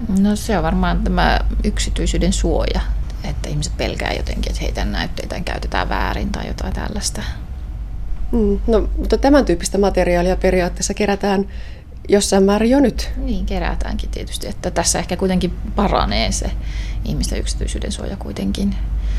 No se on varmaan tämä yksityisyyden suoja, että ihmiset pelkää jotenkin, että heidän näytteitään käytetään väärin tai jotain tällaista. No, mutta tämän tyyppistä materiaalia periaatteessa kerätään jossain määrin jo nyt. Niin, kerätäänkin tietysti, että tässä ehkä kuitenkin paranee se ihmisten yksityisyyden suoja kuitenkin,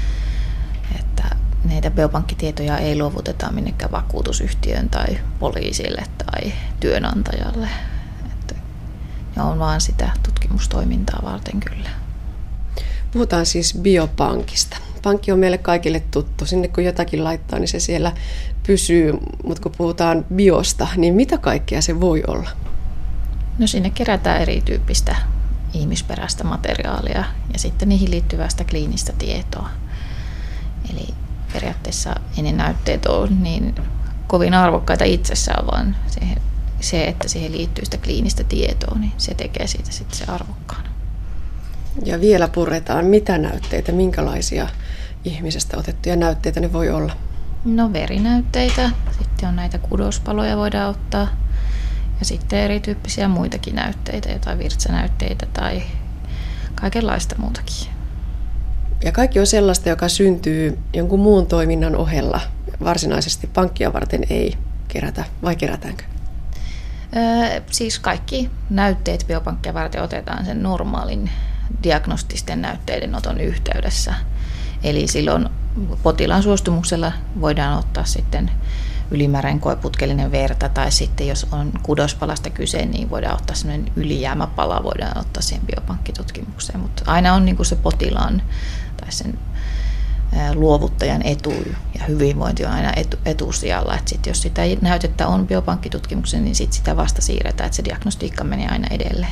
että näitä biopankkitietoja ei luovuteta minnekään vakuutusyhtiöön tai poliisille tai työnantajalle. Että ne on vaan sitä tutkimustoimintaa varten kyllä. Puhutaan siis biopankista. Pankki on meille kaikille tuttu. Sinne kun jotakin laittaa, niin se siellä pysyy. Mutta kun puhutaan biosta, niin mitä kaikkea se voi olla? No sinne kerätään erityyppistä ihmisperäistä materiaalia ja sitten niihin liittyvästä kliinistä tietoa. Eli periaatteessa ei ne näytteet ole niin kovin arvokkaita itsessään, vaan se, että siihen liittyy sitä kliinistä tietoa, niin se tekee siitä sitten se arvokkaan. Ja vielä purretaan, mitä näytteitä, minkälaisia ihmisestä otettuja näytteitä ne voi olla? No verinäytteitä, sitten on näitä kudospaloja voidaan ottaa ja sitten erityyppisiä muitakin näytteitä, jotain virtsanäytteitä tai kaikenlaista muutakin. Ja kaikki on sellaista, joka syntyy jonkun muun toiminnan ohella. Varsinaisesti pankkia varten ei kerätä, vai kerätäänkö? Siis kaikki näytteet biopankkia varten otetaan sen normaalin diagnostisten näytteiden oton yhteydessä. Eli silloin potilaan suostumuksella voidaan ottaa sitten ylimääräinen koeputkellinen verta, tai sitten jos on kudospalasta kyse, niin voidaan ottaa sellainen ylijäämäpala, voidaan ottaa siihen biopankkitutkimukseen. Mutta aina on niin kuin se potilaan tai sen luovuttajan etu ja hyvinvointi on aina etusijalla. Et sit jos sitä näytettä on biopankkitutkimuksen, niin sit sitä vasta siirretään, että se diagnostiikka menee aina edelleen.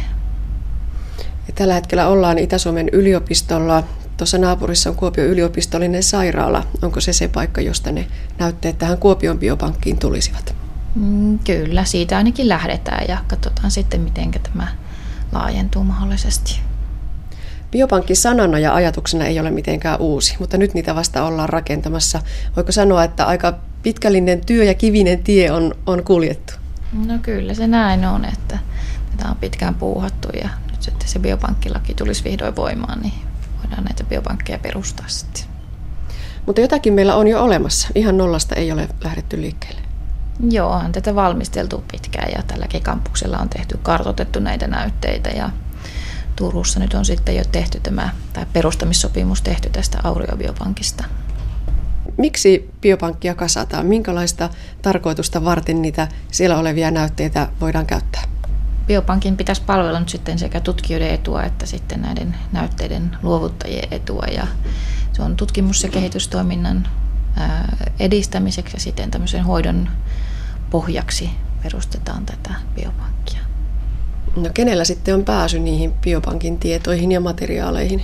Ja tällä hetkellä ollaan Itä-Suomen yliopistolla. Tuossa naapurissa on Kuopion yliopistollinen sairaala. Onko se paikka, josta ne näytteet tähän Kuopion biopankkiin tulisivat? Kyllä, siitä ainakin lähdetään ja katsotaan sitten, miten tämä laajentuu mahdollisesti. Biopankki sanana ja ajatuksena ei ole mitenkään uusi, mutta nyt niitä vasta ollaan rakentamassa. Voiko sanoa, että aika pitkällinen työ ja kivinen tie on kuljettu? No kyllä se näin on, että tätä on pitkään puuhattu ja nyt sitten se biopankkilaki tulisi vihdoin voimaan, niin voidaan näitä biopankkeja perustaa sitten. Mutta jotakin meillä on jo olemassa. Ihan nollasta ei ole lähdetty liikkeelle. Joo, on tätä valmisteltu pitkään ja tälläkin kampuksella on kartoitettu näitä näytteitä ja Turussa nyt on sitten jo tehty perustamissopimus tehty tästä Aurio-biopankista. Miksi biopankkia kasataan? Minkälaista tarkoitusta varten niitä siellä olevia näytteitä voidaan käyttää? Biopankin pitäisi palvella nyt sitten sekä tutkijoiden etua että sitten näiden näytteiden luovuttajien etua. Ja se on tutkimus- ja kehitystoiminnan edistämiseksi ja sitten tämmöisen hoidon pohjaksi perustetaan tätä biopankkia. No kenellä sitten on pääsy niihin biopankin tietoihin ja materiaaleihin?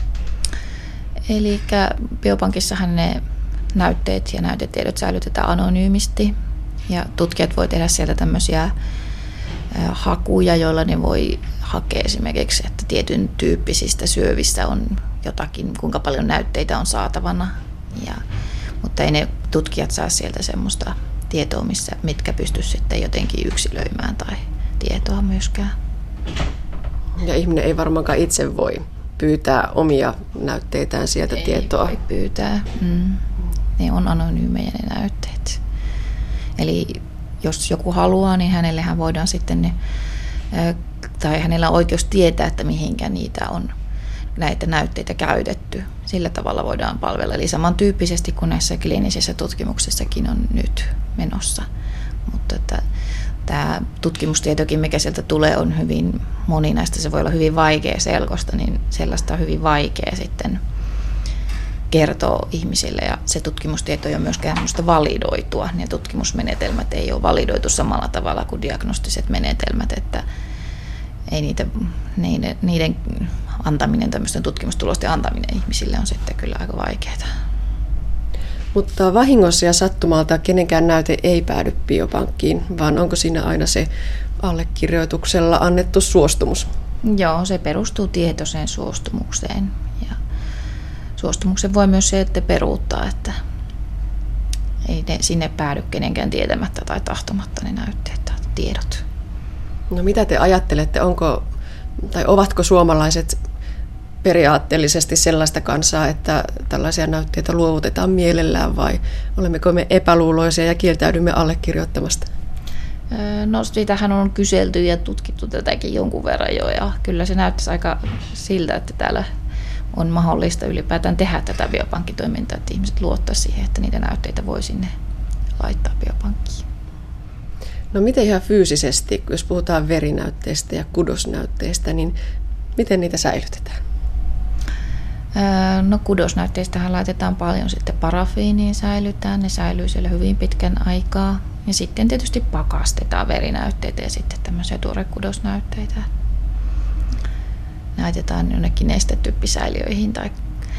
Eli biopankissahan ne näytteet ja näytetiedot säilytetään anonyymisti ja tutkijat voi tehdä sieltä tämmöisiä hakuja, joilla ne voi hakea esimerkiksi, että tietyn tyyppisistä syövistä on jotakin, kuinka paljon näytteitä on saatavana. Mutta ei ne tutkijat saa sieltä semmoista tietoa, mitkä pystyisi sitten jotenkin yksilöimään tai tietoa myöskään. Ja ihminen ei varmaankaan itse voi pyytää omia näytteitään sieltä tietoa. Ei voi pyytää. Ne on anonyymejä ne näytteet. Eli jos joku haluaa, niin hänellehän voidaan sitten tai hänellä on oikeus tietää, että mihinkä niitä on näitä näytteitä käytetty. Sillä tavalla voidaan palvella. Eli samantyyppisesti kuin näissä kliinisissä tutkimuksissakin on nyt menossa. Mutta tämä tutkimustietokin, mikä sieltä tulee, on hyvin moninaista. Se voi olla hyvin vaikea selkosta, niin sellaista on hyvin vaikea sitten kertoo ihmisille. Ja se tutkimustieto ei ole myöskään validoitua. Ne tutkimusmenetelmät ei ole validoitu samalla tavalla kuin diagnostiset menetelmät, että ei niiden antaminen, tämmöisten tutkimustulosten antaminen ihmisille on sitten kyllä aika vaikeaa. Mutta vahingossa ja sattumalta kenenkään näyte ei päädy biopankkiin, vaan onko siinä aina se allekirjoituksella annettu suostumus? Joo, se perustuu tietoiseen suostumukseen. Ja suostumuksen voi myös se, että peruuttaa, että ei ne sinne päädy kenenkään tietämättä tai tahtomatta ne näytteet tai tiedot. No mitä te ajattelette, onko tai ovatko suomalaiset periaatteellisesti sellaista kansaa, että tällaisia näytteitä luovutetaan mielellään vai olemmeko me epäluuloisia ja kieltäydymme allekirjoittamasta? No sitähän on kyselty ja tutkittu tätäkin jonkun verran jo ja kyllä se näyttäisi aika siltä, että täällä on mahdollista ylipäätään tehdä tätä biopankkitoimintaa, että ihmiset luottaisivat siihen, että niitä näytteitä voi sinne laittaa biopankkiin. No miten ihan fyysisesti, jos puhutaan verinäytteistä ja kudosnäytteistä, niin miten niitä säilytetään? No kudosnäytteistähän laitetaan paljon sitten parafiiniin säilytään, ne säilyy siellä hyvin pitkän aikaa. Ja sitten tietysti pakastetaan verinäytteitä ja sitten tämmöisiä tuorekudosnäytteitä. Näytetään jonnekin nestetyyppisäiliöihin tai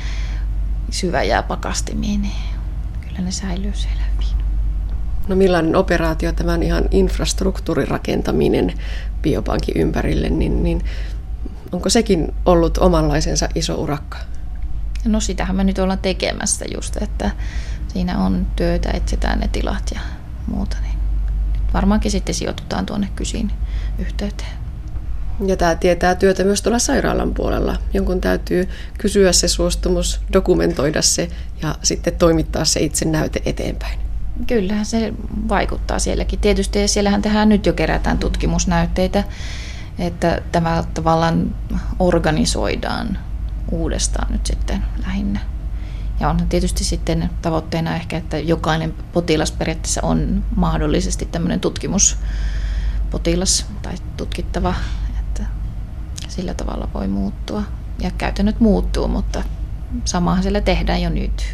syväjääpakastimiin, niin kyllä ne säilyy siellä hyvin. No millainen operaatio tämän ihan infrastruktuurirakentaminen biopankin ympärille, niin onko sekin ollut omanlaisensa iso urakka? No sitähän me nyt ollaan tekemässä just, että siinä on työtä, etsitään ne tilat ja muuta. Niin nyt varmaankin sitten sijoitutaan tuonne Kysin yhteyteen. Ja tämä tietää työtä myös tuolla sairaalan puolella. Jonkun täytyy kysyä se suostumus, dokumentoida se ja sitten toimittaa se itse näyte eteenpäin. Kyllähän se vaikuttaa sielläkin. Tietysti siellähän tehdään nyt jo kerätään tutkimusnäytteitä, että tämä tavallaan organisoidaan uudestaan nyt sitten lähinnä. Ja on tietysti sitten tavoitteena ehkä, että jokainen potilas periaatteessa on mahdollisesti tämmöinen tutkimuspotilas tai tutkittava, että sillä tavalla voi muuttua. Ja käytännöt muuttuu, mutta samahan siellä tehdään jo nyt.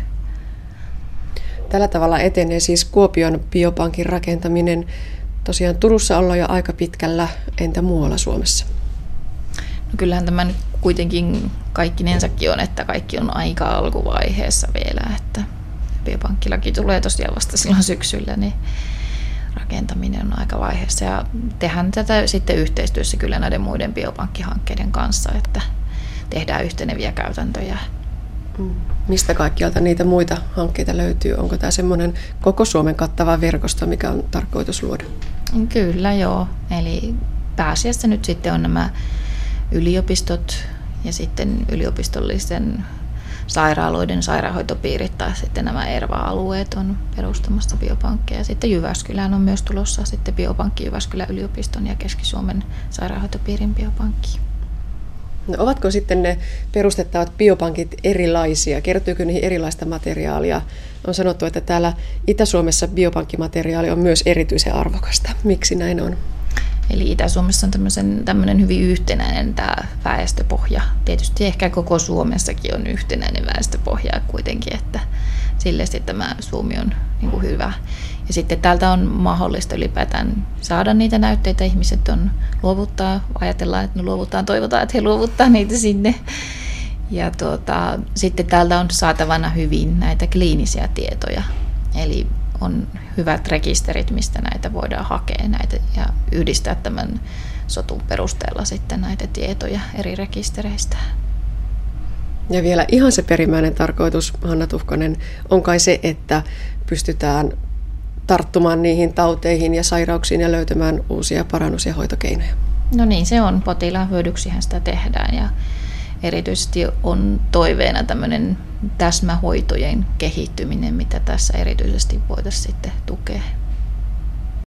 Tällä tavalla etenee siis Kuopion biopankin rakentaminen. Tosiaan Turussa ollaan jo aika pitkällä, entä muualla Suomessa? No kyllähän tämä nyt kuitenkin kaikkinensakin on, että kaikki on aika alkuvaiheessa vielä, että biopankkilaki tulee tosiaan vasta silloin syksyllä, niin rakentaminen on aika vaiheessa ja tehdään tätä sitten yhteistyössä kyllä näiden muiden biopankkihankkeiden kanssa, että tehdään yhteneviä käytäntöjä. Mistä kaikkialta niitä muita hankkeita löytyy? Onko tämä semmoinen koko Suomen kattava verkosto, mikä on tarkoitus luoda? Kyllä joo, eli pääasiassa nyt sitten on nämä yliopistot ja sitten yliopistollisten sairaaloiden sairaanhoitopiirit tai sitten nämä ERVA-alueet on perustamassa biopankkeja. Sitten Jyväskylään on myös tulossa sitten biopankki Jyväskylän yliopiston ja Keski-Suomen sairaanhoitopiirin biopankki. No, ovatko sitten ne perustettavat biopankit erilaisia? Kertyykö niihin erilaista materiaalia? On sanottu, että täällä Itä-Suomessa biopankkimateriaali on myös erityisen arvokasta. Miksi näin on? Eli Itä-Suomessa on tämmöinen hyvin yhtenäinen tämä väestöpohja. Tietysti ehkä koko Suomessakin on yhtenäinen väestöpohja kuitenkin, että sille tämä Suomi on niin kuin hyvä. Ja sitten täältä on mahdollista ylipäätään saada niitä näytteitä. Ihmiset on luovuttaa, ajatellaan, että ne luovuttaa, toivotaan, että he luovuttaa niitä sinne. Ja sitten täältä on saatavana hyvin näitä kliinisiä tietoja. Eli on hyvät rekisterit, mistä näitä voidaan hakea näitä ja yhdistää tämän sotun perusteella sitten näitä tietoja eri rekistereistä. Ja vielä ihan se perimmäinen tarkoitus, Hanna Tuhkonen, on kai se, että pystytään tarttumaan niihin tauteihin ja sairauksiin ja löytämään uusia parannus- ja hoitokeinoja. No niin, se on potilaan hyödyksihän sitä tehdään ja erityisesti on toiveena tämmöinen täsmähoitojen kehittyminen, mitä tässä erityisesti voitaisiin sitten tukea.